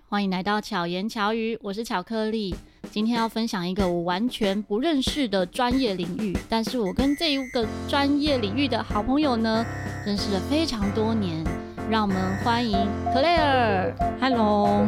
欢迎来到巧言巧语，我是巧克力。今天要分享一个我完全不认识的专业领域，但是我跟这一个专业领域的好朋友呢，认识了非常多年。让我们欢迎 Claire。Hello，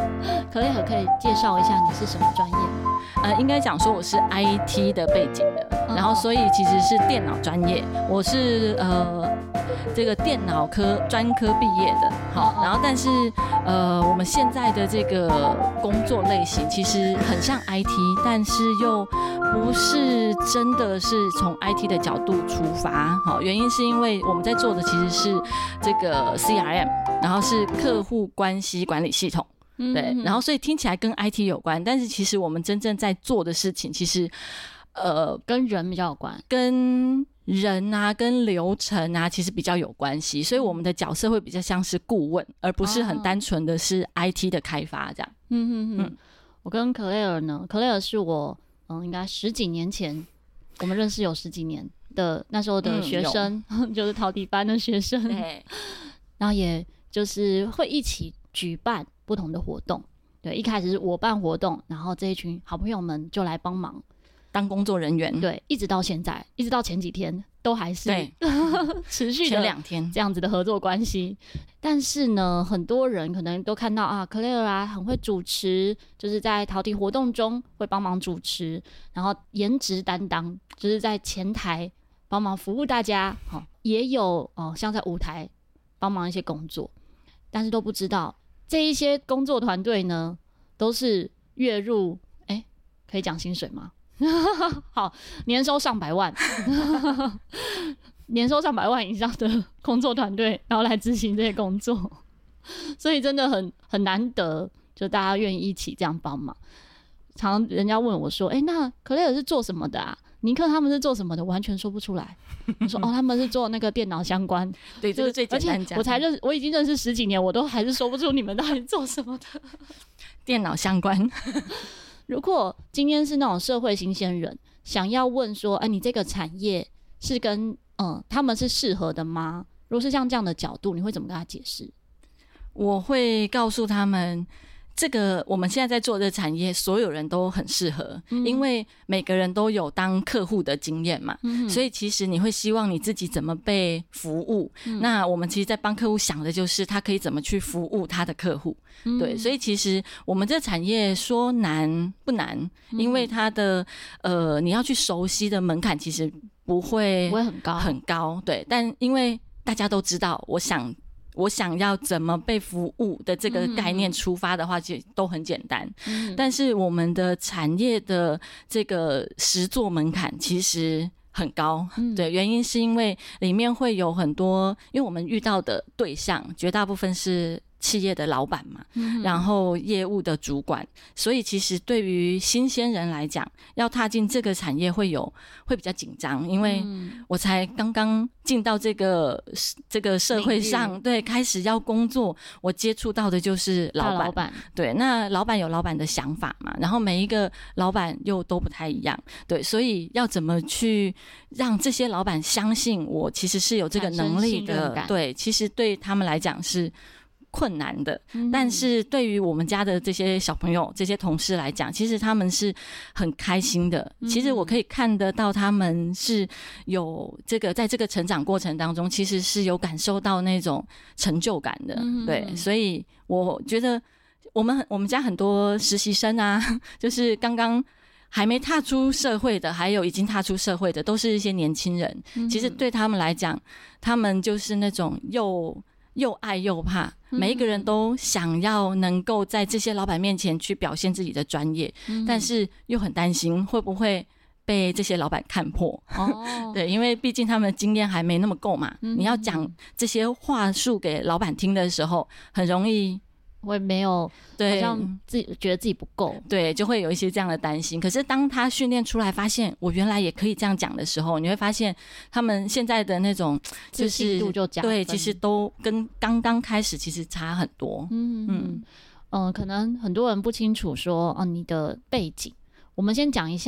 Claire 可以介绍一下你是什么专业吗？ 应该讲说我是 IT 的背景的，然后所以其实是电脑专业，我是这个电脑科专科毕业的，好，然后但是我们现在的这个工作类型其实很像 IT， 但是又不是真的是从 IT 的角度出发，好，原因是因为我们在做的其实是这个 CRM， 然后是客户关系管理系统。对，然后所以听起来跟 IT 有关，但是其实我们真正在做的事情，其实跟人比较有关， 跟人啊、跟流程啊，其实比较有关系，所以我们的角色会比较像是顾问，而不是很单纯的是 IT 的开发这样。 我跟 Claire 呢 ，Claire 是我应该10几年前我们认识有10几年的那时候的学生，就是陶笛班的学生， 对， 然后也就是会一起举办不同的活动，对，一开始是我办活动，然后这一群好朋友们就来帮忙当工作人员， 对，一直到现在，一直到前几天都还是持续的前2天这样子的合作关系。但是呢，很多人可能都看到啊 ，Claire 啊很会主持，就是在陶笛活动中会帮忙主持，然后颜值担当，就是在前台帮忙服务大家，也有像在舞台帮忙一些工作，但是都不知道。这一些工作团队呢，都是月入可以讲薪水吗？好，年收上百万，年收上百万以上的工作团队，然后来执行这些工作，所以真的很难得，就大家愿意一起这样帮忙。常常人家问我说：“那 Claire 是做什么的啊？尼克他们是做什么的？”我完全说不出来。我说：“他们是做那个电脑相关。” 对，这个最简单讲。 我已经认识10几年，我都还是说不出你们到底做什么的。 电脑相关。 如果今天是那种社会新鲜人，想要问说：“你这个产业是跟他们是适合的吗？”如果是像这样的角度，你会怎么跟他解释？ 我会告诉他们。这个我们现在在做的产业，所有人都很适合，因为每个人都有当客户的经验嘛，所以其实你会希望你自己怎么被服务。那我们其实在帮客户想的就是他可以怎么去服务他的客户。对，所以其实我们这产业说难不难，因为它的你要去熟悉的门槛其实不会很高，对，但因为大家都知道，我想要怎么被服务的这个概念出发的话，其实都很简单。但是我们的产业的这个实作门槛其实很高，对，原因是因为里面会有很多，因为我们遇到的对象绝大部分是企业的老板嘛，然后业务的主管，所以其实对于新鲜人来讲，要踏进这个产业会比较紧张，因为我才刚刚进到这个社会上，对，开始要工作，我接触到的就是老板，对，那老板有老板的想法嘛，然后每一个老板又都不太一样，对，所以要怎么去让这些老板相信我其实是有这个能力的，对，其实对他们来讲是困难的，但是对于我们家的这些小朋友、这些同事来讲，其实他们是很开心的。其实我可以看得到他们是有这个在这个成长过程当中，其实是有感受到那种成就感的。对，所以我觉得我们家很多实习生啊，就是刚刚还没踏出社会的，还有已经踏出社会的，都是一些年轻人。其实对他们来讲，他们就是那种又爱又怕，每一个人都想要能够在这些老板面前去表现自己的专业，但是又很担心会不会被这些老板看破。对，因为毕竟他们的经验还没那么够嘛，你要讲这些话术给老板听的时候，很容易会没有，好像自己觉得自己不够， 对，就会有一些这样的担心。可是当他训练出来，发现我原来也可以这样讲的时候，你会发现他们现在的那种就是自信度就加分， 对，其实都跟刚刚开始其实差很多。 可能很多人不清楚说你的背景，我们先讲一下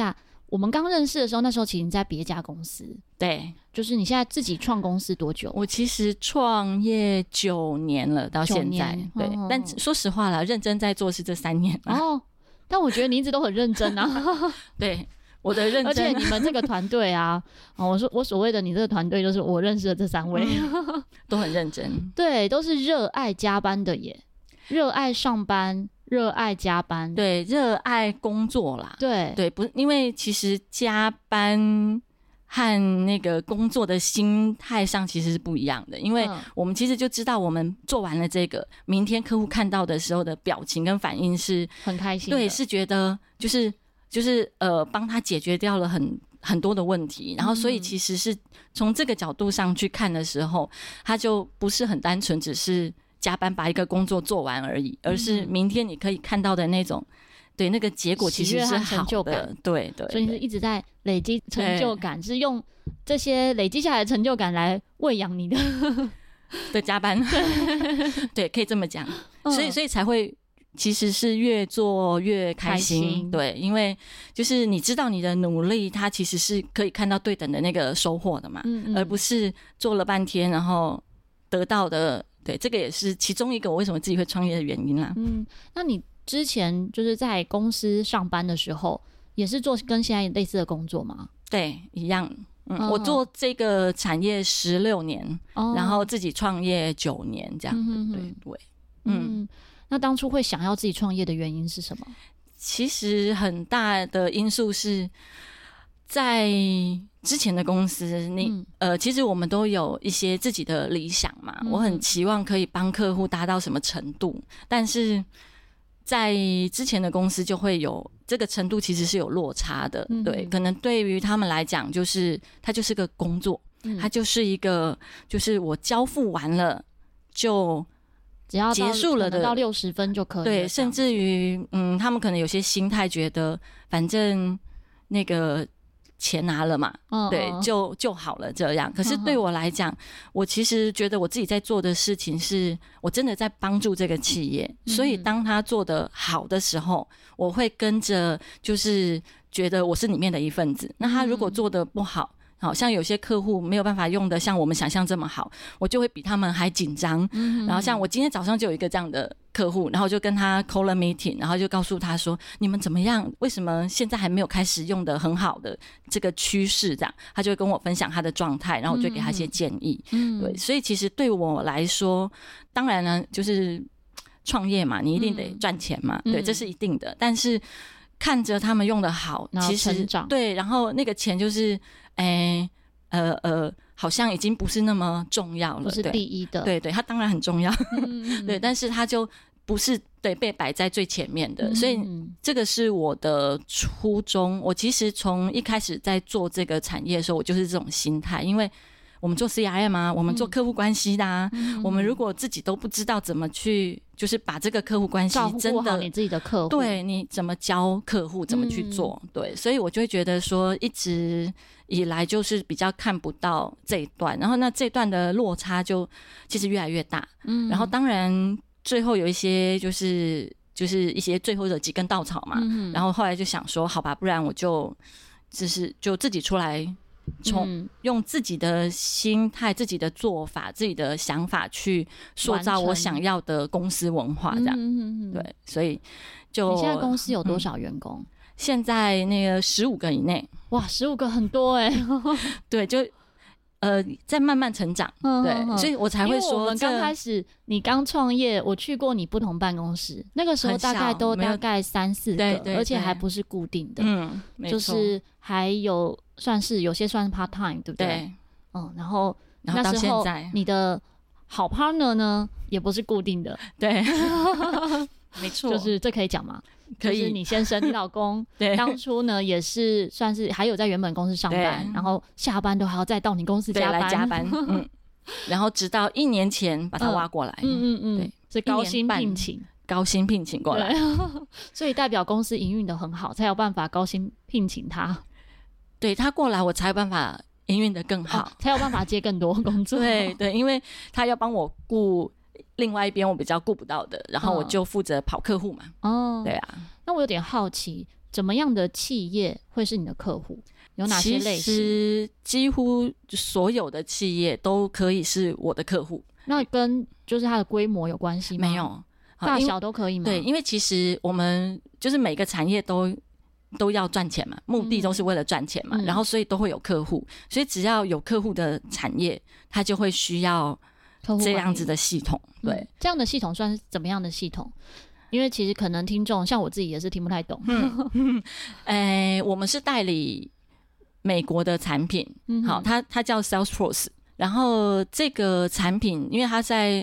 我们刚认识的时候，那时候其实你在别家公司， 对， 就是你现在自己创公司多久？ 我其实创业9年了，到现在，对，但说实话啦，认真在做是这3年啦。 哦，但我觉得你一直都很认真啊。 对，我的认真， 而且你们这个团队啊，我所谓的你这个团队，就是我认识的这3位， 都很认真， 对，都是热爱加班的耶，热爱上班，热爱加班， 对，热爱工作啦， 对对，不，因为其实加班和那个工作的心态上其实是不一样的，因为我们其实就知道，我们做完了这个，明天客户看到的时候的表情跟反应是很开心的， 对，是觉得就是帮他解决掉了很多的问题，然后所以其实是从这个角度上去看的时候，他就不是很单纯只是加班把一个工作做完而已，而是明天你可以看到的那种，对，那个结果其实是好的，对对， 所以你是一直在累积成就感，是用这些累积下来的成就感来喂养你的加班，对，可以这么讲，所以才会。其实是越做越开心，对，因为就是你知道你的努力，它其实是可以看到对等的那个收获的嘛，而不是做了半天然后得到的，对，这个也是其中一个我为什么自己会创业的原因啦。 那你之前就是在公司上班的时候，也是做跟现在类似的工作吗？ 对，一样。我做这个产业16年，然后自己创业9年，这样，对。 那当初会想要自己创业的原因是什么？ 其实很大的因素是在之前的公司，其实我们都有一些自己的理想嘛，我很期望可以帮客户达到什么程度，但是在之前的公司就会有这个程度其实是有落差的，对，可能对于他们来讲，它就是个工作，它就是一个就是我交付完了就只要结束了的， 到60分就可以了。 对，甚至于他们可能有些心态觉得，反正那个钱拿了嘛，对，就好了这样。可是对我来讲，我其实觉得我自己在做的事情是我真的在帮助这个企业，所以当他做得好的时候，我会跟着就是觉得我是里面的一份子。那他如果做得不好，好像有些客户没有办法用的像我们想象这么好，我就会比他们还紧张。然后像我今天早上就有一个这样的客户，然后就跟他 call a meeting， 然后就告诉他说你们怎么样，为什么现在还没有开始用的很好的这个趋势，这样他就会跟我分享他的状态，然后我就给他一些建议。对，所以其实对我来说，当然呢就是创业嘛，你一定得赚钱嘛，对，这是一定的，但是看着他们用的好，其实对，然后那个钱就是好像已经不是那么重要了， 不是第一的， 对对，它当然很重要，对，但是它就不是对被摆在最前面的，所以这个是我的初衷。我其实从一开始在做这个产业的时候，我就是这种心态，因为我们做 CRM 啊，我们做客户关系的啊，我们如果自己都不知道怎么去，就是把这个客户关系真的照顾好你自己的客户， 对，你怎么教客户怎么去做，对，所以我就会觉得说，一直以来就是比较看不到这一段，然后那这段的落差就其实越来越大，然后当然最后有一些就是一些最后的几根稻草嘛，然后后来就想说，好吧，不然我就自己出来。用自己的心态、自己的做法、自己的想法去塑造我想要的公司文化，这样。对，所以就你现在公司有多少员工？ 现在那个15个以内。 哇，15个很多对，就在慢慢成长，对，所以我才会说， 我们刚开始你刚创业，我去过你不同办公室，那个时候大概3-4个，而且还不是固定的，就是还有算是有些算是 part time， 对不对？对，然后那时候你的好 partner 呢也不是固定的， 对，没错， 就是这可以讲吗？ 可以， 就是你先生、你老公当初呢也是算是还有在原本公司上班，然后下班都还要再到你公司加班， 然后直到1年前把他挖过来， 对，是高薪聘请过来，所以代表公司营运的很好，才有办法高薪聘请他。 对，他过来我才有办法营运的更好， 才有办法接更多工作。 对对，因为他要帮我顾另外一边我比较顾不到的，然后我就负责跑客户嘛。对啊。 那我有点好奇， 怎么样的企业会是你的客户？有哪些类型？ 其实几乎所有的企业都可以是我的客户。 那跟就是它的规模有关系吗？ 没有， 大小都可以吗？ 对，因为其实我们就是每个产业都要赚钱嘛，目的都是为了赚钱嘛，然后所以都会有客户，所以只要有客户的产业，它就会需要这样子的系统。对， 这样的系统算是怎么样的系统？因为其实可能听众像我自己也是听不太懂。 我们是代理美国的产品，好，它叫 Salesforce。然后这个产品，因为它在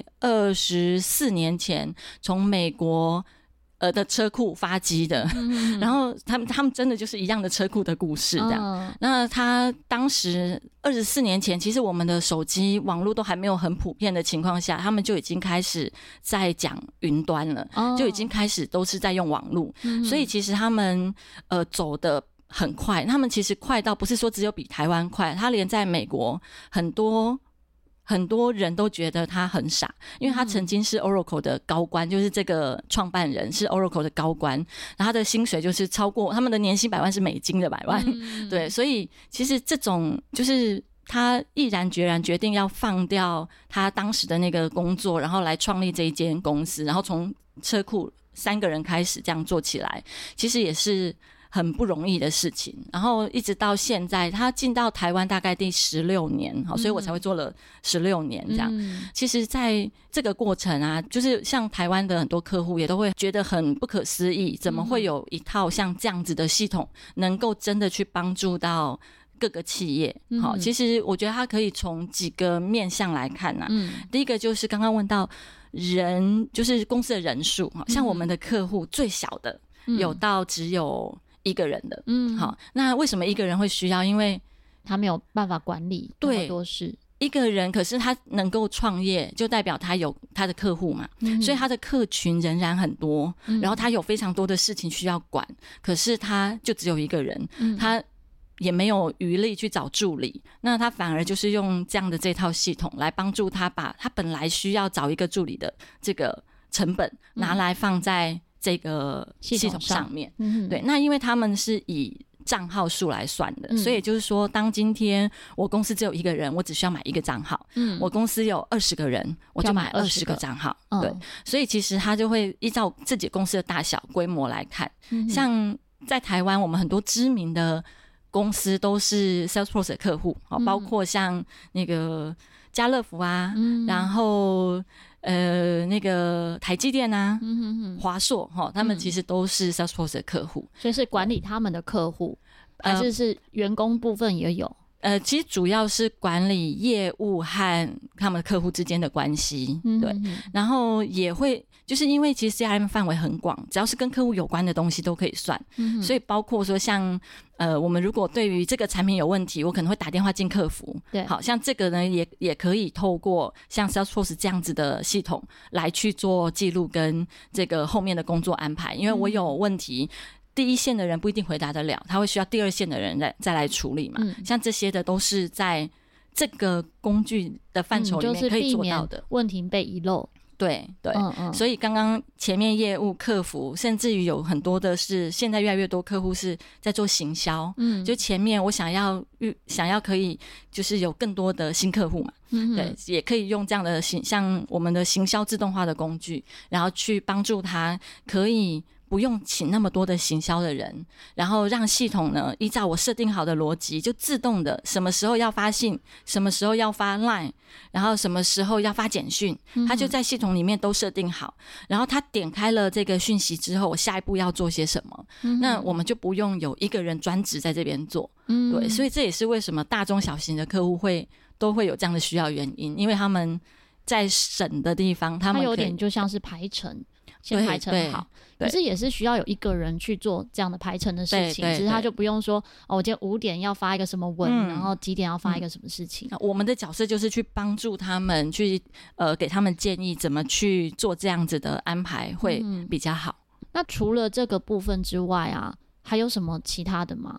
24年前从美国的车库发机的，然后他们真的就是一样的车库的故事这样。那他当时24年前，其实我们的手机网络都还没有很普遍的情况下，他们就已经开始在讲云端了，就已经开始都是在用网络，所以其实他们走的很快，他们其实快到不是说只有比台湾快，他连在美国很多人都觉得他很傻，因为他曾经是 Oracle 的高官，就是这个创办人是 Oracle 的高官，然后他的薪水就是超过他们的年薪100万是美金的100万，对，所以其实这种就是他毅然决然决定要放掉他当时的那个工作，然后来创立这一间公司，然后从车库3个人开始这样做起来，其实也是很不容易的事情，然后一直到现在他进到台湾大概第16年，所以我才会做了16年这样。其实在这个过程啊，就是像台湾的很多客户也都会觉得很不可思议，怎么会有一套像这样子的系统能够真的去帮助到各个企业。好，其实我觉得它可以从几个面向来看啊。第一个就是刚刚问到人，就是公司的人数，像我们的客户最小的有到只有1个人的，好，那为什么1个人会需要？因为他没有办法管理那么多事。 1个人，可是他能够创业，就代表他有他的客户嘛，所以他的客群仍然很多，然后他有非常多的事情需要管，可是他就只有1个人，他也没有余力去找助理，那他反而就是用这样的这套系统来帮助他把他本来需要找一个助理的这个成本拿来放在这个系统上面。对，那因为他们是以账号数来算的，所以就是说当今天我公司只有1个人，我只需要买1个账号，我公司有20个人，我就买20个账号。对，所以其实他就会依照自己公司的大小规模来看，像在台湾我们很多知名的公司都是 Salesforce 的客户，包括像那个家乐福啊，然后那个台积电啊，华硕，他们其实都是 Salesforce 的客户， 所以是管理他们的客户，还是员工部分也有？ 其实主要是管理业务和他们客户之间的关系，对，然后也会就是因为其实 CRM 范围很广，只要是跟客户有关的东西都可以算，所以包括说像我们如果对于这个产品有问题，我可能会打电话进客服，对，好像这个呢也可以透过像 Salesforce 这样子的系统来去做记录跟这个后面的工作安排，因为我有问题。第一线的人不一定回答得了，他会需要第2线的人再来处理嘛。像这些的都是在这个工具的范畴里面可以做到的， 问题被遗漏。 对对，所以刚刚前面业务、客服，甚至于有很多的是现在越来越多客户是在做行销，就前面我想要可以就是有更多的新客户嘛，对，也可以用这样的像我们的行销自动化的工具，然后去帮助他可以不用请那么多的行销的人，然后让系统呢依照我设定好的逻辑，就自动的什么时候要发信，什么时候要发 LINE， 然后什么时候要发简讯，它就在系统里面都设定好，然后他点开了这个讯息之后，我下一步要做些什么，那我们就不用有1个人专职在这边做，对，所以这也是为什么大中小型的客户都会有这样的需要原因，因为他们在省的地方，他们有点就像是排程，先排程好，可是也是需要有1个人去做这样的排程的事情，只是他就不用说我今天5点要发一个什么文，然后几点要发一个什么事情。 我们的角色就是去帮助他们，去给他们建议怎么去做这样子的安排会比较好。 那除了这个部分之外啊，还有什么其他的吗？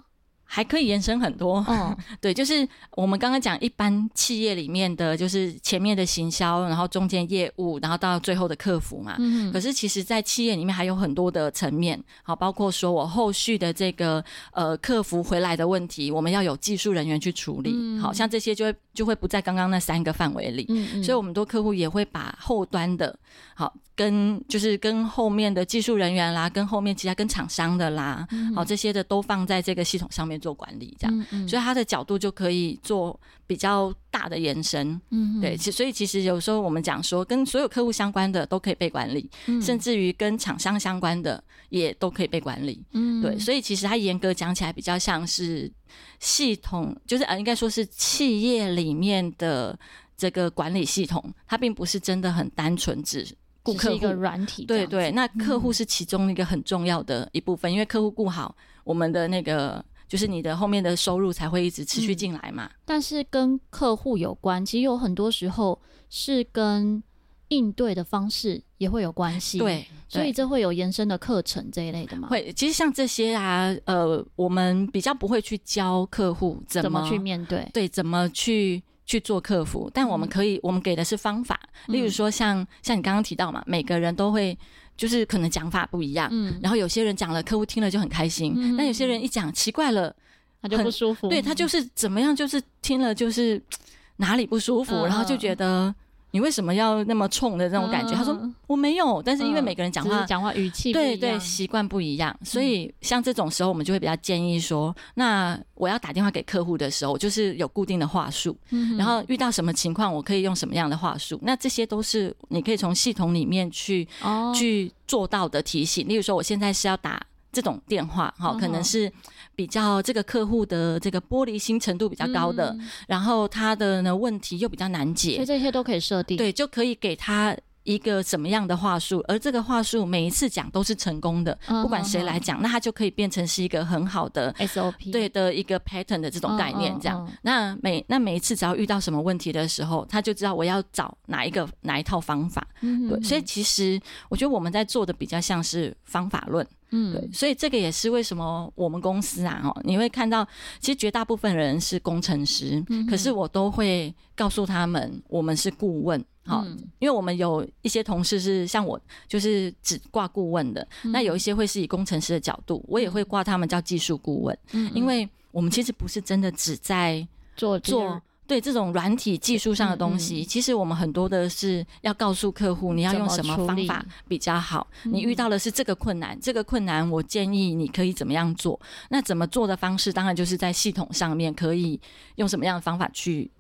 还可以延伸很多，对，就是我们刚刚讲一般企业里面的，就是前面的行销，然后中间业务，然后到最后的客服嘛。可是其实在企业里面还有很多的层面，好，包括说我后续的这个客服回来的问题，我们要有技术人员去处理，好像这些就会不在刚刚那3个范围里。所以我们多客户也会把后端的，好，跟后面的技术人员啦，跟后面其他跟厂商的啦，好，这些的都放在这个系统上面做管理，这样，所以它的角度就可以做比较大的延伸。对，所以其实有时候我们讲说，跟所有客户相关的都可以被管理，甚至于跟厂商相关的也都可以被管理。对，所以其实它严格讲起来比较像是系统，就是应该说是企业里面的这个管理系统，它并不是真的很单纯只顾客户， 是一个软体。 对对，那客户是其中一个很重要的一部分，因为客户顾好，我们的那个就是你的后面的收入才会一直持续进来嘛。 但是跟客户有关，其实有很多时候是跟应对的方式也会有关系。 对， 所以这会有延伸的课程这一类的吗？ 会，其实像这些啊，我们比较不会去教客户怎么去面对， 对，怎么去做客服，但我们可以，我们给的是方法，例如说像你刚刚提到嘛，每个人都会就是可能讲法不一样，然后有些人讲了，客户听了就很开心，但有些人一讲奇怪了， 他就不舒服， 对，他就是怎么样，就是听了就是哪里不舒服，然后就觉得你为什么要那么冲的那种感觉？他说我没有，但是因为每个人讲话语气不一样， 对习惯不一样，所以像这种时候，我们就会比较建议说，那我要打电话给客户的时候，就是有固定的话术，然后遇到什么情况，我可以用什么样的话术，那这些都是你可以从系统里面去做到的提醒。例如说，我现在是要打这种电话，可能是比较这个客户的这个玻璃心程度比较高的，然后他的呢问题又比较难解， 所以这些都可以设定， 对，就可以给他一个什么样的话术，而这个话术每一次讲都是成功的，不管谁来讲，那他就可以变成是一个很好的 SOP 对的一个 pattern 的这种概念，这样。那每一次只要遇到什么问题的时候，他就知道我要找哪一套方法。对，所以其实我觉得我们在做的比较像是方法论。对，所以这个也是为什么我们公司啊，你会看到，其实绝大部分人是工程师，可是我都会告诉他们，我们是顾问。因为我们有一些同事是像我，就是只挂顾问的，那有一些会是以工程师的角度，我也会挂他们叫技术顾问，因为我们其实不是真的只在做对这种软体技术上的东西，其实我们很多的是要告诉客户你要用什么方法比较好，你遇到的是这个困难，这个困难我建议你可以怎么样做，那怎么做的方式当然就是在系统上面可以用什么样的方法去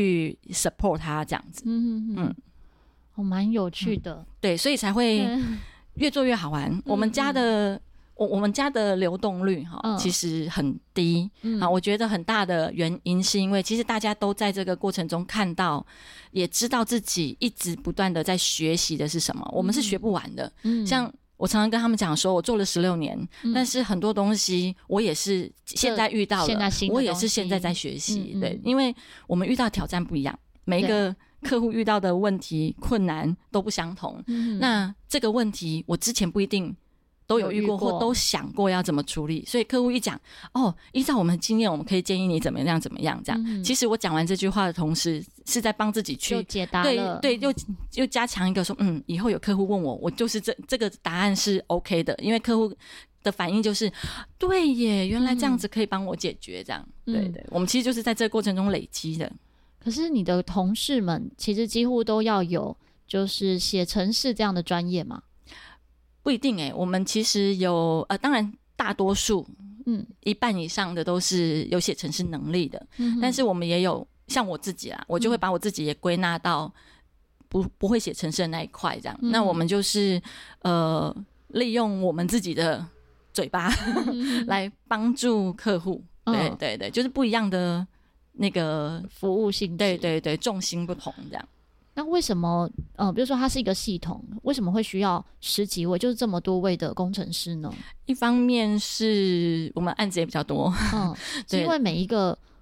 support 它这样子。 蛮有趣的， 对，所以才会越做越好玩。我们家的流动率其实很低，我觉得很大的原因是因为其实大家都在这个过程中看到，也知道自己一直不断的在学习的是什么，我们是学不完的。像我常常跟他们讲说，我做了16年，但是很多东西我也是现在遇到了，我也是现在在学习。对，因为我们遇到挑战不一样，每一个客户遇到的问题困难都不相同，那这个问题我之前不一定都有遇过或都想过要怎么处理，所以客户一讲依照我们的经验我们可以建议你怎么样这样，其实我讲完这句话的同时是在帮自己去解答了， 对，又加强一个说以后有客户问我就是这个答案是 OK 的，因为客户的反应就是对耶，原来这样子可以帮我解决这样。对，我们其实就是在这个过程中累积的。 可是你的同事们其实几乎都要有就是写程式这样的专业吗？ 不一定我们其实有当然大多数一半以上的都是有写程式能力的，但是我们也有像我自己啦，我就会把我自己也归纳到不会写程式的那一块这样。那我们就是利用我们自己的嘴巴来帮助客户。对，就是不一样的那个服务性质， 对，重心不同这样。 那为什么比如说它是一个系统，为什么会需要10几位，就是这么多位的工程师呢？ 一方面是我们案子也比较多， 是因为每一个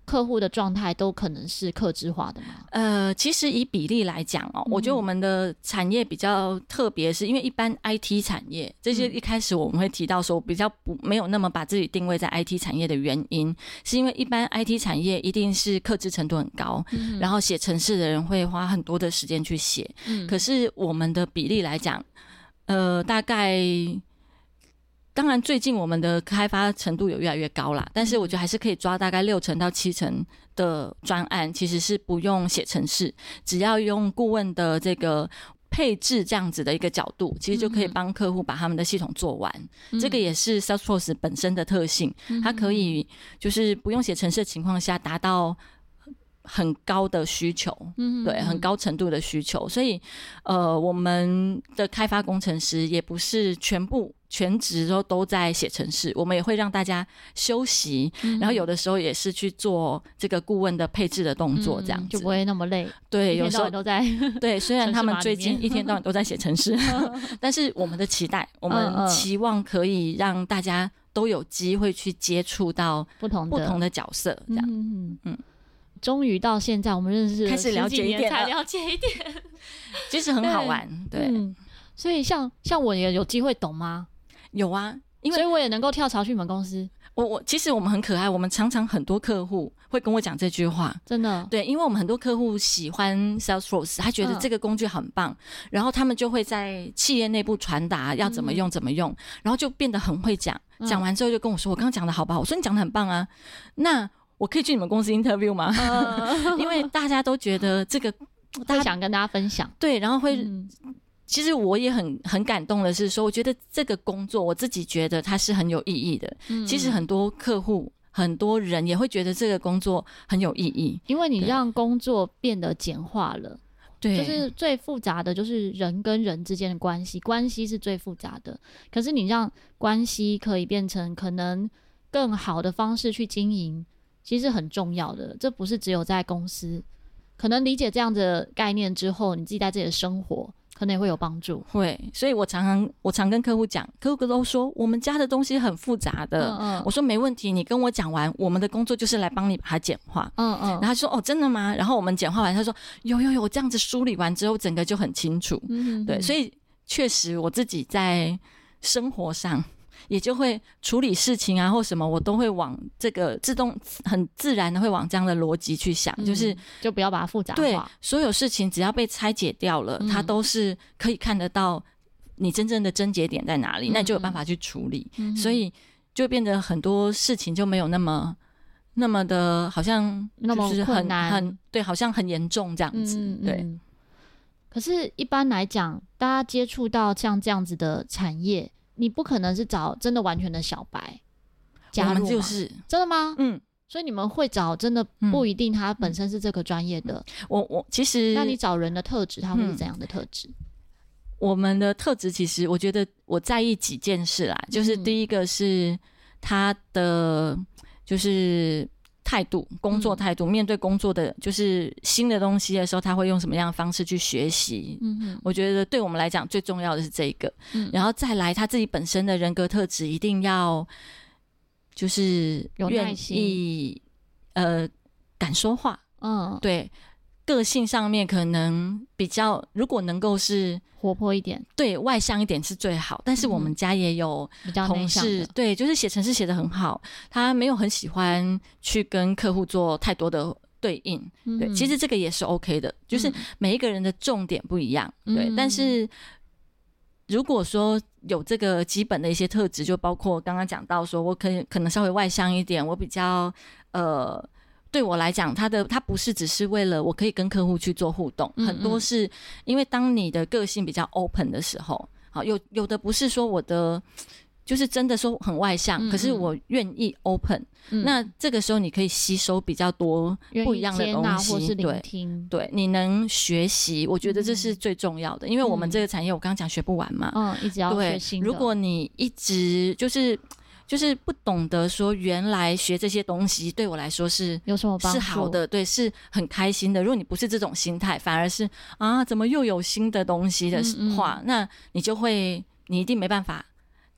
客户的状态都可能是客制化的吗？ 其实以比例来讲哦，我觉得我们的产业比较特别，是因为一般 IT 产业这些一开始我们会提到说比较没有那么把自己定位在 IT 产业的原因，是因为一般 IT 产业一定是客制程度很高，然后写程式的人会花很多的时间去写，可是我们的比例来讲，大概。当然，最近我们的开发程度有越来越高啦，但是我觉得还是可以抓大概60%到70%的专案，其实是不用写程式，只要用顾问的这个配置这样子的一个角度，其实就可以帮客户把他们的系统做完。这个也是 Salesforce 本身的特性，它可以就是不用写程式的情况下达到很高的需求，对，很高程度的需求，所以我们的开发工程师也不是全职都在写程式，我们也会让大家休息，然后有的时候也是去做这个顾问的配置的动作，这样子就不会那么累。 对，有时候都在对，虽然他们最近一天到晚都在写程式，但是我们的期待，我们期望可以让大家都有机会去接触到不同的角色，这样， 终于到现在，我们认识开始了解一点了， 才了解一点， 其实很好玩，对。 所以像我也有机会懂吗？ 有啊， 所以我也能够跳槽去你们公司。 其实我们很可爱，我们常常很多客户会跟我讲这句话， 真的， 对，因为我们很多客户喜欢 Salesforce， 他觉得这个工具很棒，然后他们就会在企业内部传达要怎么用，然后就变得很会讲，讲完之后就跟我说，我刚刚讲的好不好？我说你讲的很棒啊，那我可以去你们公司 interview 吗？因为大家都觉得这个， 会想跟大家分享， 对，然后会。其实我也很感动的是说，我觉得这个工作我自己觉得它是很有意义的。其实很多客户、很多人也会觉得这个工作很有意义， 因为你让工作变得简化了。 对， 就是最复杂的就是人跟人之间的关系，关系是最复杂的。可是你让关系可以变成可能更好的方式去经营，其实很重要的。这不是只有在公司，可能理解这样的概念之后，你自己在自己的生活。可能也会有帮助， 会，所以我常跟客户讲，客户都说我们家的东西很复杂的，我说没问题，你跟我讲完，我们的工作就是来帮你把它简化，然后他说哦真的吗？然后我们简化完，他说有这样子梳理完之后，整个就很清楚，对，所以确实我自己在生活上。也就会处理事情啊或什么，我都会往这个很自然的会往这样的逻辑去想， 就不要把它复杂化。 对，所有事情只要被拆解掉了，它都是可以看得到你真正的症结点在哪里，那你就有办法去处理。所以就变得很多事情就没有那么的，好像就是困难， 对，好像很严重这样子。对。 可是，一般来讲，大家接触到像这样子的产业。你不可能是找真的完全的小白加入吗？ 我们就是真的吗？所以你们会找真的不一定他本身是这个专业的。 我其实， 那你找人的特质，他会是怎样的特质？ 我们的特质其实，我觉得我在意几件事啦，就是第一个是他的就是态度，工作态度，面对工作的就是新的东西的时候，他会用什么样的方式去学习？我觉得对我们来讲最重要的是这个，然后再来他自己本身的人格特质一定要就是愿意敢说话，对，个性上面可能比较，如果能够是活泼一点， 对，外向一点是最好。但是我们家也有同事，对，就是写程式写得很好，他没有很喜欢去跟客户做太多的对应，对，其实这个也是 OK 的，就是每一个人的重点不一样，对，但是如果说有这个基本的一些特质，就包括刚刚讲到说我可能稍微外向一点，我比较对我来讲，它不是只是为了我可以跟客户去做互动，很多是因为当你的个性比较 open 的时候，好，有的不是说我的就是真的说很外向，可是我愿意 open，那这个时候你可以吸收比较多不一样的东西， 或是聆听， 对，你能学习，我觉得这是最重要的，因为我们这个产业我刚刚讲学不完嘛， 一直要学新的， 如果你一直就是不懂得说原来学这些东西对我来说是有什么帮助， 是好的，对，是很开心的。如果你不是这种心态，反而是怎么又有新的东西的话，那你一定没办法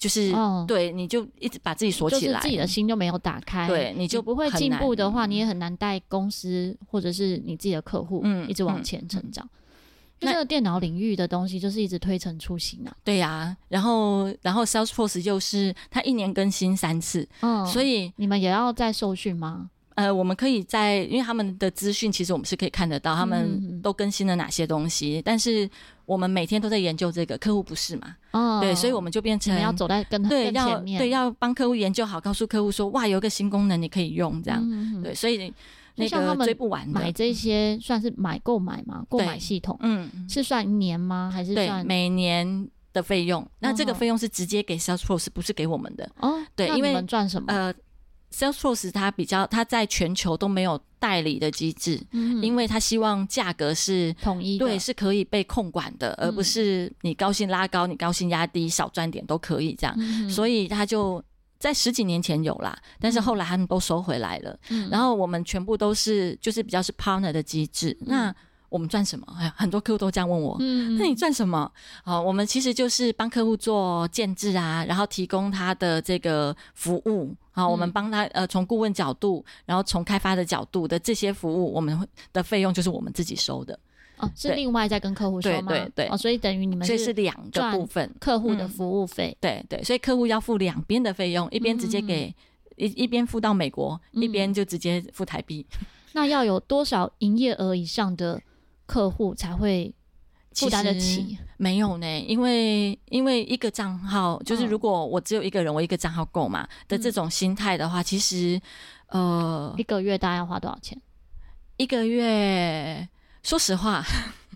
就是对，你就一直把自己锁起来， 就是自己的心就没有打开， 对，你就不会进步的话，你也很难带公司或者是你自己的客户一直往前成长。就这个电脑领域的东西就是一直推陈出新啊。 对啊，然后 Salesforce 又是它1年更新3次，所以你们也要再受训吗？ 我们可以因为他们的资讯其实我们是可以看得到他们都更新了哪些东西，但是我们每天都在研究这个，客户不是嘛？对，所以我们就变成要走在更前面， 对，要帮客户研究好，告诉客户说哇，有一个新功能你可以用这样，对，所以那个追不完的。 买这些算是购买吗？购买系统，是算1年吗？还是算对每年的费用？那这个费用是直接给 Salesforce， 不是给我们的。对，因为你们赚什么 ？Salesforce 它在全球都没有代理的机制，因为它希望价格是统一的， 对，是可以被控管的，而不是你高薪拉高，你高薪压低，少赚点都可以这样。所以它就在10几年前有啦，但是后来他们都收回来了。然后我们全部都是就是比较是 partner 的机制。那我们赚什么？很多客户都这样问我，那你赚什么？我们其实就是帮客户做建制啊，然后提供他的这个服务。我们帮他从顾问角度，然后从开发的角度的这些服务，我们的费用就是我们自己收的。 是另外再跟客户收吗？ 对， 所以等于你们所以是2个部分， 客户的服务费， 对，所以客户要付2边的费用，一边直接给一边付到美国，一边就直接付台币。 那要有多少营业额以上的客户才会负担得起？ 没有呢，因为一个账号就是如果我只有一个人，我一个账号够嘛的这种心态的话，其实一个月大概要花多少钱？ 一个月说实话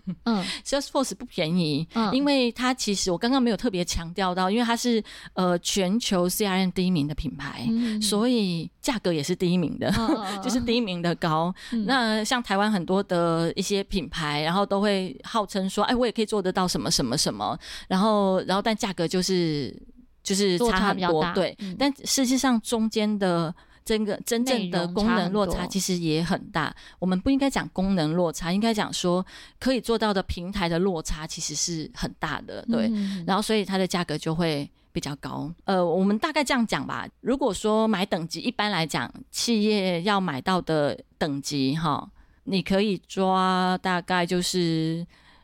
Salesforce 不便宜，因为它其实我刚刚没有特别强调到，因为它是全球 CRM 第1名的品牌，所以价格也是第1名的，就是第1名的高。那像台湾很多的一些品牌，然后都会号称说，哎，我也可以做得到什么什么什么，然后但价格就是差很多，对。但事实上中间的真正的功能落差其实也很大，我们不应该讲功能落差，应该讲说可以做到的平台的落差其实是很大的，对。然后所以它的价格就会比较高。我们大概这样讲吧，如果说买等级，一般来讲企业要买到的等级你可以抓大概就是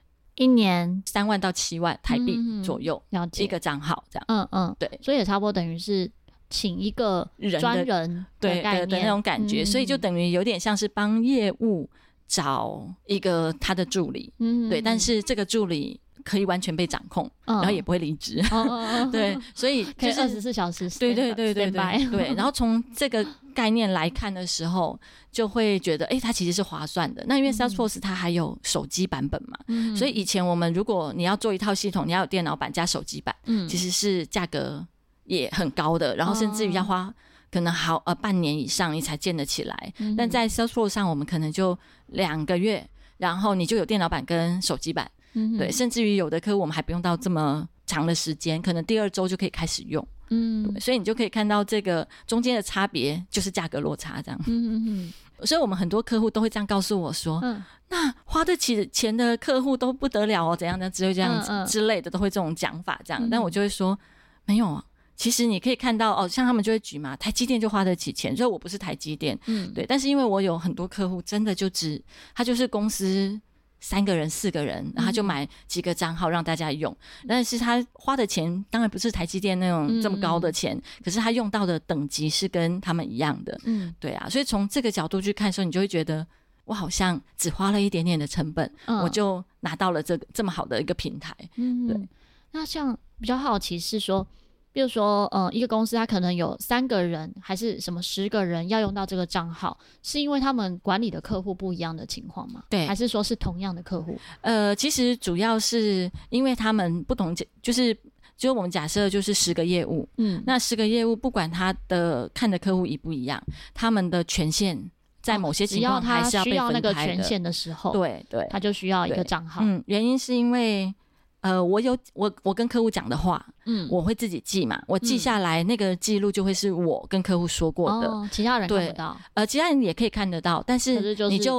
1年 3万到7万台币左右，一个账号这样。对， 所以也差不多等于是请一个专人的概念的那种感觉，所以就等于有点像是帮业务找一个他的助理，对，但是这个助理可以完全被掌控，然后也不会离职，对，所以可以24小时， 对，然后从这个概念来看的时候，就会觉得它其实是划算的。那因为 Salesforce 它还有手机版本嘛，所以以前我们如果你要做一套系统，你要有电脑版加手机版，其实是价格也很高的，然后甚至于要花可能半年以上你才建得起来。但在 Salesforce 上，我们可能就2个月，然后你就有电脑版跟手机版，对，甚至于有的客户我们还不用到这么长的时间，可能第2周就可以开始用，对，所以你就可以看到这个中间的差别就是价格落差这样。所以我们很多客户都会这样告诉我说，那花得起钱的客户都不得了这样的，只有这样子之类的，都会这种讲法这样。但我就会说没有啊，其实你可以看到像他们就会举嘛，台积电就花得起钱，所以我不是台积电，对。但是因为我有很多客户真的他就是公司3个人4个人，然后他就买几个账号让大家用，但是他花的钱当然不是台积电那种这么高的钱，可是他用到的等级是跟他们一样的，对啊。所以从这个角度去看的时候，你就会觉得我好像只花了一点点的成本，我就拿到了这么好的一个平台，对。 那像比较好奇是说，比如说一个公司它可能有3个人还是什么10个人要用到这个账号，是因为他们管理的客户不一样的情况吗？对，还是说是同样的客户？ 其实主要是因为他们不同，就是我们假设就是10个业务，那10个业务不管他的看的客户一不一样，他们的权限在某些情况还是要被分开的， 只要他需要那个权限的时候， 对， 他就需要一个账号。 原因是因为我跟客户讲的话，我会自己记嘛，我记下来那个记录就会是我跟客户说过的， 其他人看不到， 其他人也可以看得到，但是你就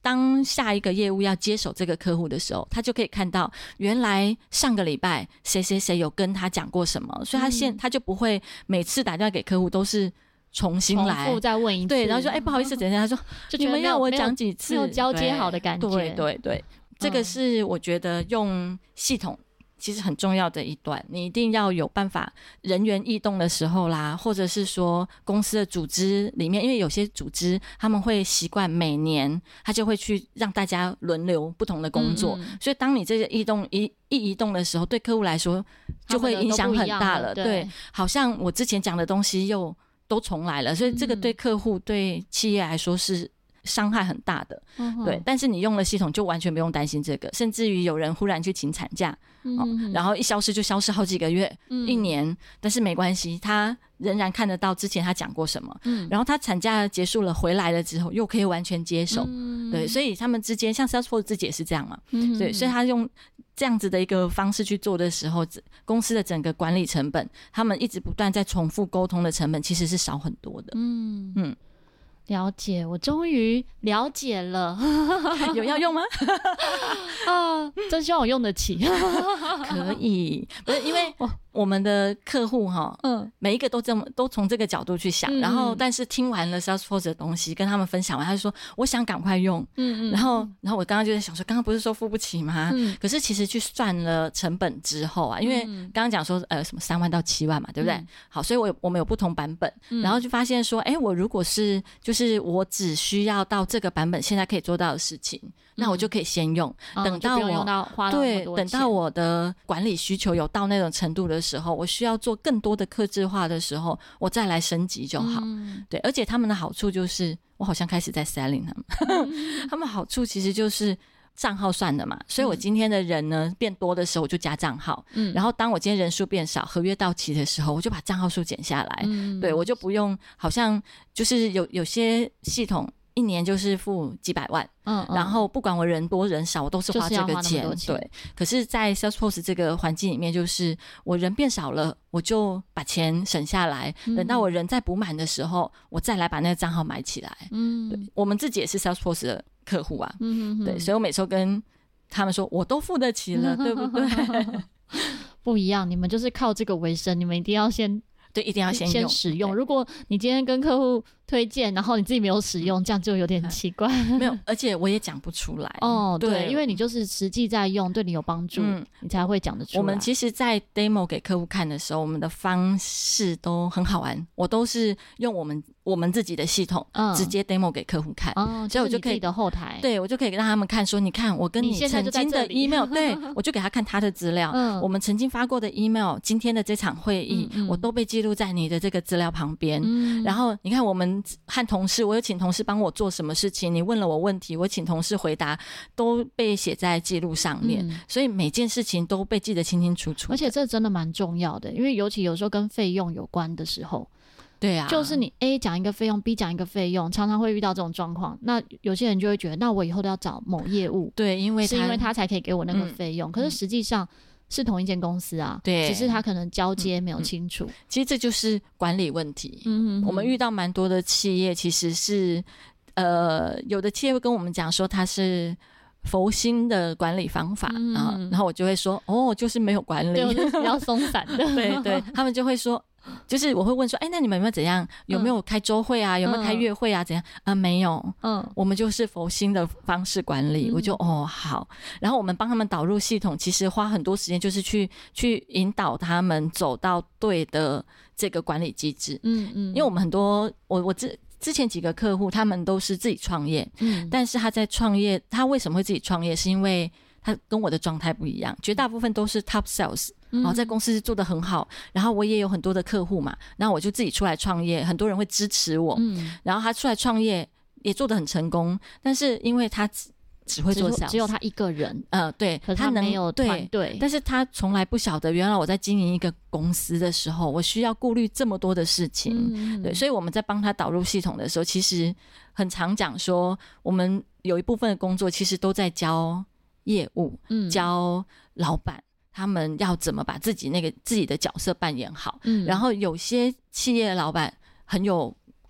当下一个业务要接手这个客户的时候，他就可以看到原来上个礼拜谁谁谁有跟他讲过什么，所以他就不会每次打电话给客户都是重新来重复再问一次， 对，然后说不好意思，等一下，他说就你们要我讲几次， 没有交接好的感觉。 对对对，这个是我觉得用系统其实很重要的一段，你一定要有办法人员异动的时候啦，或者是说公司的组织里面，因为有些组织他们会习惯每年他就会去让大家轮流不同的工作，所以当你这个移动的时候，对客户来说就会影响很大了。对，好像我之前讲的东西又都重来了，所以这个对客户对企业来说是伤害很大的。对，但是你用了系统就完全不用担心这个，甚至于有人忽然去请产假，然后一消失就消失好几个月、1年，但是没关系，他仍然看得到之前他讲过什么，然后他产假结束了回来了之后又可以完全接手。对，所以他们之间像 Salesforce 自己也是这样嘛，对，所以他用这样子的一个方式去做的时候，公司的整个管理成本，他们一直不断在重复沟通的成本其实是少很多的。 了解，我终于了解了。 有要用吗？ 真希望我用得起。 可以，不是因为我们的客户每一个都从这个角度去想，然后但是听完了 Salesforce 的东西，跟他们分享完，他就说我想赶快用。然后我刚刚就在想说，刚刚不是说付不起吗？可是其实去算了成本之后啊，因为刚刚讲说什么3万到7万嘛，对不对？好，所以我们有不同版本，然后就发现说，我如果是就是我只需要到这个版本现在可以做到的事情，那我就可以先用，等到等到我的管理需求有到那种程度的时候，我需要做更多的客制化的时候，我再来升级就好。对，而且他们的好处就是我好像开始在 selling 他们他们好处其实就是账号算的嘛，所以我今天的人呢变多的时候我就加账号，然后当我今天人数变少，合约到期的时候，我就把账号数减下来。对，我就不用好像就是有些系统1年就是付几百万，然后不管我人多人少，我都是花这个钱。对，可是在 Salesforce 这个环境里面，就是我人变少了，我就把钱省下来，等到我人再补满的时候，我再来把那个账号买起来。对，我们自己也是 Salesforce 的客户啊，对，所以我每次都跟他们说，我都付得起了，对不对？ 不一样，你们就是靠这个为生，你们一定要对，一定要先使用。如果你今天跟客户推荐，然后你自己没有使用，这样就有点奇怪。 没有，而且我也讲不出来。 对，因为你就是实际在用，对你有帮助，你才会讲得出来。 我们其实在 demo 给客户看的时候，我们的方式都很好玩，我都是用我们自己的系统直接 demo 给客户看，所以我就可以的后台， 对，我就可以让他们看说，你看我跟你曾经的 email， 对，我就给他看他的资料，我们曾经发过的 email， 今天的这场会议，我都被记录在你的这个资料旁边。然后你看我们和同事，我有请同事帮我做什么事情，你问了我问题，我请同事回答，都被写在记录上面，所以每件事情都被记得清清楚楚。 而且这真的蛮重要的，因为尤其有时候跟费用有关的时候。 对啊， 就是你 A 讲一个费用 B 讲一个费用，常常会遇到这种状况，那有些人就会觉得，那我以后都要找某业务， 对，因为他才可以给我那个费用，可是实际上是同一间公司啊， 对， 只是他可能交接没有清楚。 其实这就是管理问题。我们遇到蛮多的企业，其实是有的企业会跟我们讲说他是佛心的管理方法，然后我就会说就是没有管理， 对，就是比较松散的。 对对，他们就会说，就是我会问说，那你们有没有怎样？有没有开周会啊？有没有开月会啊？怎样？没有。我们就是佛心的方式管理。我就好。然后我们帮他们导入系统，其实花很多时间，就是去引导他们走到对的这个管理机制。因为我们很多我之前几个客户，他们都是自己创业，但是他在创业，他为什么会自己创业？是因为他跟我的状态不一样，绝大部分都是 top sales。在公司做得很好，然后我也有很多的客户嘛，然后我就自己出来创业，很多人会支持我，然后他出来创业也做得很成功，但是因为他只会做 sales， 只有他一个人， 对， 可是他没有团队， 但是他从来不晓得，原来我在经营一个公司的时候，我需要顾虑这么多的事情，对，所以我们在帮他导入系统的时候，其实很常讲说，我们有一部分的工作其实都在教业务，教老板。他们要怎么把自己的角色扮演好，然后有些企业老板很有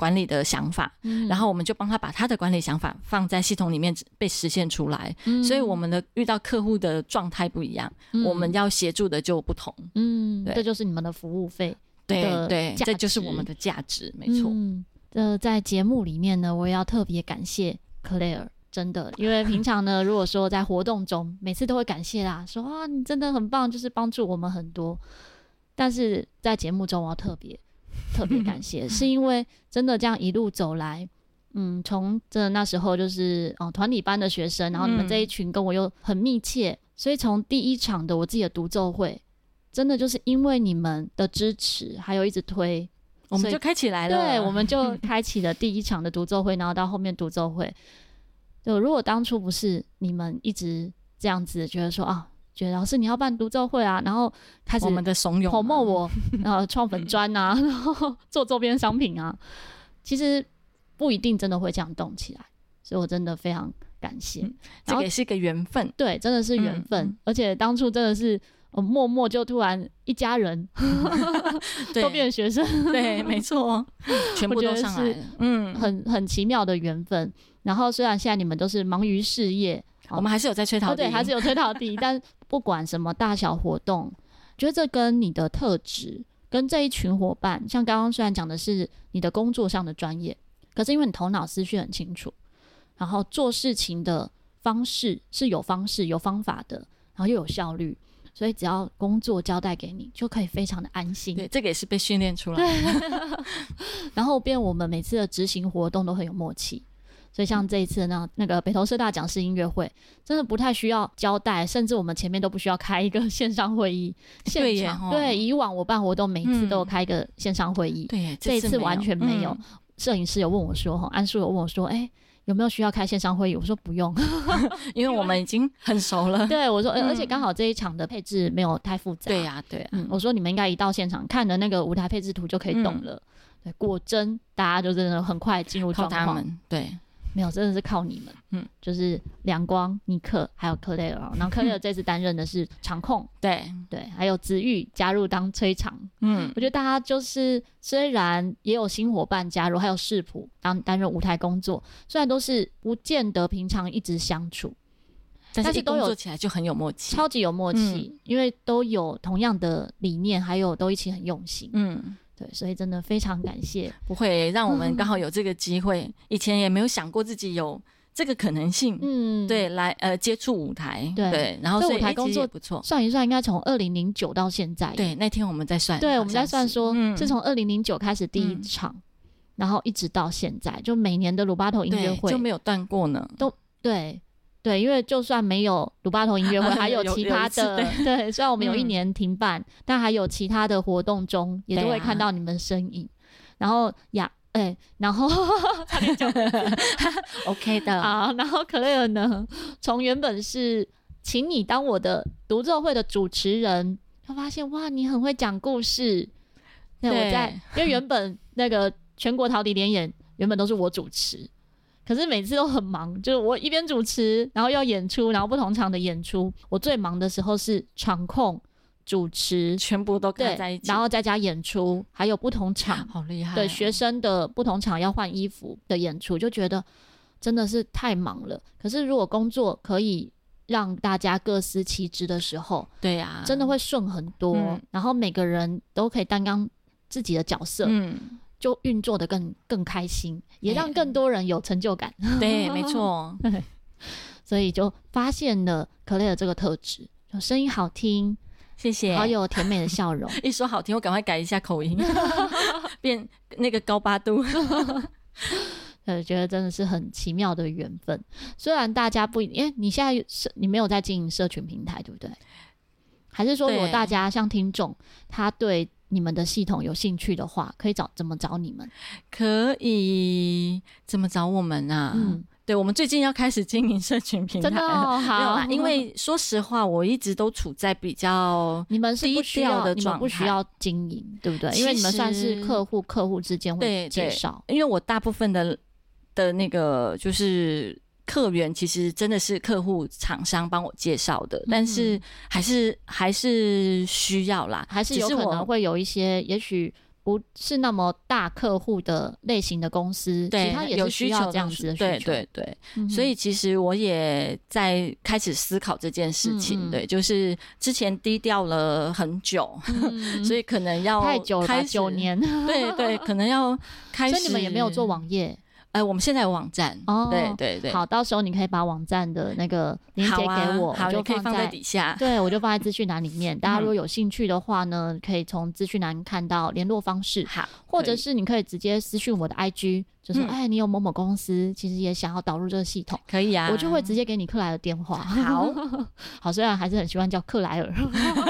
管理的想法，然后我们就帮他把他的管理想法放在系统里面被实现出来，所以我们的遇到客户的状态不一样，我们要协助的就不同。 这就是你们的服务费。 对，这就是我们的价值，没错。 在节目里面呢，我也要特别感谢 Claire， 真的，因为平常呢，如果说在活动中，每次都会感谢啦，说啊你真的很棒，就是帮助我们很多。但是在节目中，我要特别感谢，是因为真的这样一路走来，从真的那时候就是团体班的学生，然后你们这一群跟我又很密切，所以从第一场的我自己的独奏会，真的就是因为你们的支持，还有一直推， 我们就开起来了。 对，我们就开启了第一场的独奏会，然后到后面独奏会。就如果当初不是你们一直这样子觉得说觉得老师你要办独奏会啊，然后开始我们的怂恿 promote我，然后创粉专啊，然后做周边商品啊，其实不一定真的会这样动起来，所以我真的非常感谢。 这个也是一个缘分， 对，真的是缘分，而且当初真的是默默就突然一家人都变成学生， 对，没错，全部都上来了， 很奇妙的缘分。然后虽然现在你们都是忙于事业， 我们还是有在吹陶笛， 对，还是有吹陶笛，但不管什么大小活动，觉得这跟你的特质，跟这一群伙伴，像刚刚虽然讲的是你的工作上的专业，可是因为你头脑思绪很清楚，然后做事情的方式是有方式有方法的，然后又有效率，所以只要工作交代给你，就可以非常的安心。 对，这个也是被训练出来的。 然后变我们每次的执行活动都很有默契。所以像这一次那个北投社大讲师音乐会，真的不太需要交代，甚至我们前面都不需要开一个线上会议现场。对，以往我办活动每次都有开一个线上会议， 对， 这一次完全没有。摄影师有问我说，安叔有问我说，有没有需要开线上会议？我说不用， 因为我们已经很熟了。 对，我说，而且刚好这一场的配置没有太复杂。 对呀，对呀。 我说你们应该一到现场看的那个舞台配置图就可以懂了。对，果真大家就真的很快进入状况。 靠他们，对。 没有，真的是靠你们。就是亮光、尼克还有克莱尔，然后克莱尔这次担任的是场控， 对， 还有子玉加入当吹场。我觉得大家就是虽然也有新伙伴加入，还有视谱担任舞台工作，虽然都是不见得平常一直相处， 但是都有工作起来就很有默契， 超级有默契，因为都有同样的理念，还有都一起很用心。对，所以真的非常感谢， 不会让我们刚好有这个机会，以前也没有想过自己有这个可能性，对，来接触舞台，对，然后所以舞台工作不错， 算一算应该从2009到现在， 对，那天我们在算， 对，我们在算说是从2009开始第一场，然后一直到现在，就每年的鲁巴头音乐会就没有断过呢， 都对，因为就算没有鲁巴头音乐会，还有其他的，对，虽然我们有一年停办，但还有其他的活动中也都会看到你们身影。然后然后差点讲 OK 的啊，然后克莱尔呢，从原本是请你当我的独奏会的主持人，他发现哇，你很会讲故事。对，因为原本那个全国陶笛联演原本都是我主持。可是每次都很忙，就是我一边主持，然后要演出，然后不同场的演出。我最忙的时候是场控、主持， 全部都卡在一起， 然后再加演出，还有不同场， 好厉害！ 对学生的不同场要换衣服的演出，就觉得真的是太忙了。可是如果工作可以让大家各司其职的时候， 对呀， 真的会顺很多。然后每个人都可以担当自己的角色，就运作的更开心，也让更多人有成就感。 对，没错。 所以就发现了克莱尔这个特质，就声音好听， 谢谢， 好有甜美的笑容。 一说好听，我赶快改一下口音，变那个高八度。 觉得真的是很奇妙的缘分。虽然大家不，因为你现在你没有在经营社群平台，对不对？还是说如果大家像听众，他对你们的系统有兴趣的话，可以怎么找你们？ 可以怎么找我们啊？对，我们最近要开始经营社群平台了， 真的好， 因为说实话，我一直都处在比较你们是不需要的状态， 你们不需要经营，对不对？因为你们算是客户之间会介绍， 因为我大部分的那个就是客源其实真的是客户厂商帮我介绍的，但是还是需要啦， 还是有可能会有一些也许不是那么大客户的类型的公司， 对， 其实它也是需要这样子的需求。 对对对、所以其实我也在开始思考这件事情。对，就是之前低调了很久，所以可能要太久了吧，9年。 对对，可能要开始。 所以你们也没有做网页？ 我们现在有网站。对对对。 好，到时候你可以把网站的那个链接给我， 好，你可以放在底下。 对，我就放在资讯栏里面。大家如果有兴趣的话呢，可以从资讯栏看到联络方式。 好， 或者是你可以直接私讯我的 IG， 就说你有某某公司其实也想要导入这个系统， 可以啊， 我就会直接给你克莱尔电话。好，虽然还是很喜欢叫克莱尔。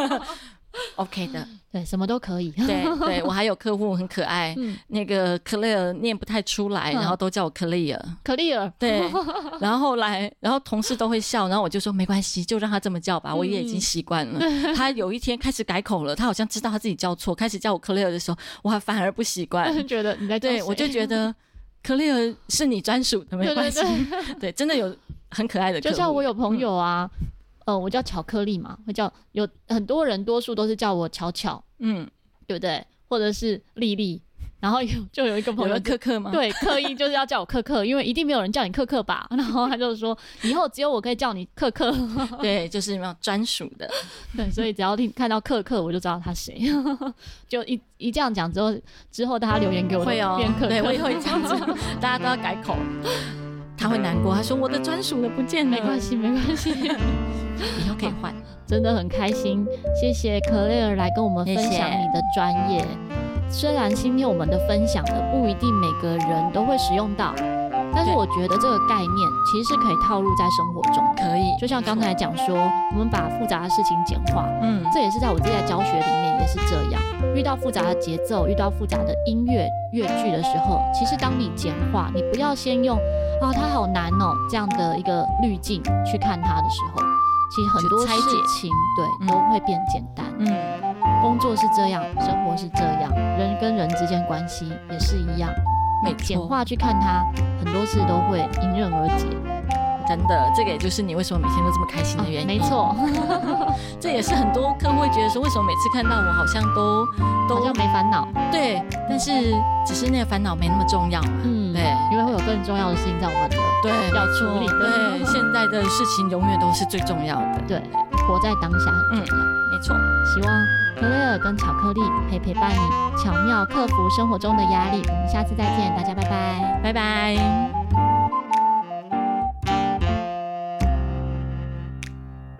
OK 的， 对，什么都可以。 对对，我还有客户很可爱，那个 Clear 念不太出来，然后都叫我 Clear。对，然后后来，然后同事都会笑，然后我就说没关系，就让他这么叫吧，我也已经习惯了。他有一天开始改口了，他好像知道他自己叫错，开始叫我 Clear 的时候，我还反而不习惯， 觉得你在叫谁？ 对，我就觉得 Clear 是你专属的，没关系。对，真的有很可爱的客户， 就像我有朋友啊。我叫巧克力嘛，会叫有很多人，多数都是叫我巧巧，对不对？或者是丽丽，然后就有一个朋友克克吗？ 对，刻意就是要叫我克克，因为一定没有人叫你克克吧？然后他就说，以后只有我可以叫你克克。 对，就是没有专属的。 对，所以只要看到克克，我就知道他谁。就一这样讲之后大家留言给我会哦， 变克克， 对，我也会这样子，大家都要改口。他会难过，他说我的专属的不见了。 没关系，没关系， 以后可以换。 真的很开心，谢谢克莱尔来跟我们分享你的专业。虽然今天我们的分享呢不一定每个人都会使用到，但是我觉得这个概念其实是可以套入在生活中。 可以， 就像刚才讲说，我们把复杂的事情简化，这也是在我自己在教学里面也是这样。遇到复杂的节奏，遇到复杂的音乐乐句的时候，其实当你简化，你不要先用它好难哦这样的一个滤镜去看它的时候，其实很多事情对都会变简单。工作是这样，生活是这样，人跟人之间关系也是一样。简化去看它，很多事都会迎刃而解。 真的，这个也就是你为什么每天都这么开心的原因。 没错， 这也是很多客户会觉得说，为什么每次看到我好像都好像没烦恼。 对，但是只是那个烦恼没那么重要嘛。对， 因为会有更重要的事情在我们的要处理。 对，现在的事情永远都是最重要的。 对，活在当下很重要。 没错。 希望克莱尔跟巧克力可以陪伴你，巧妙克服生活中的压力。我们下次再见，大家拜拜， 拜拜。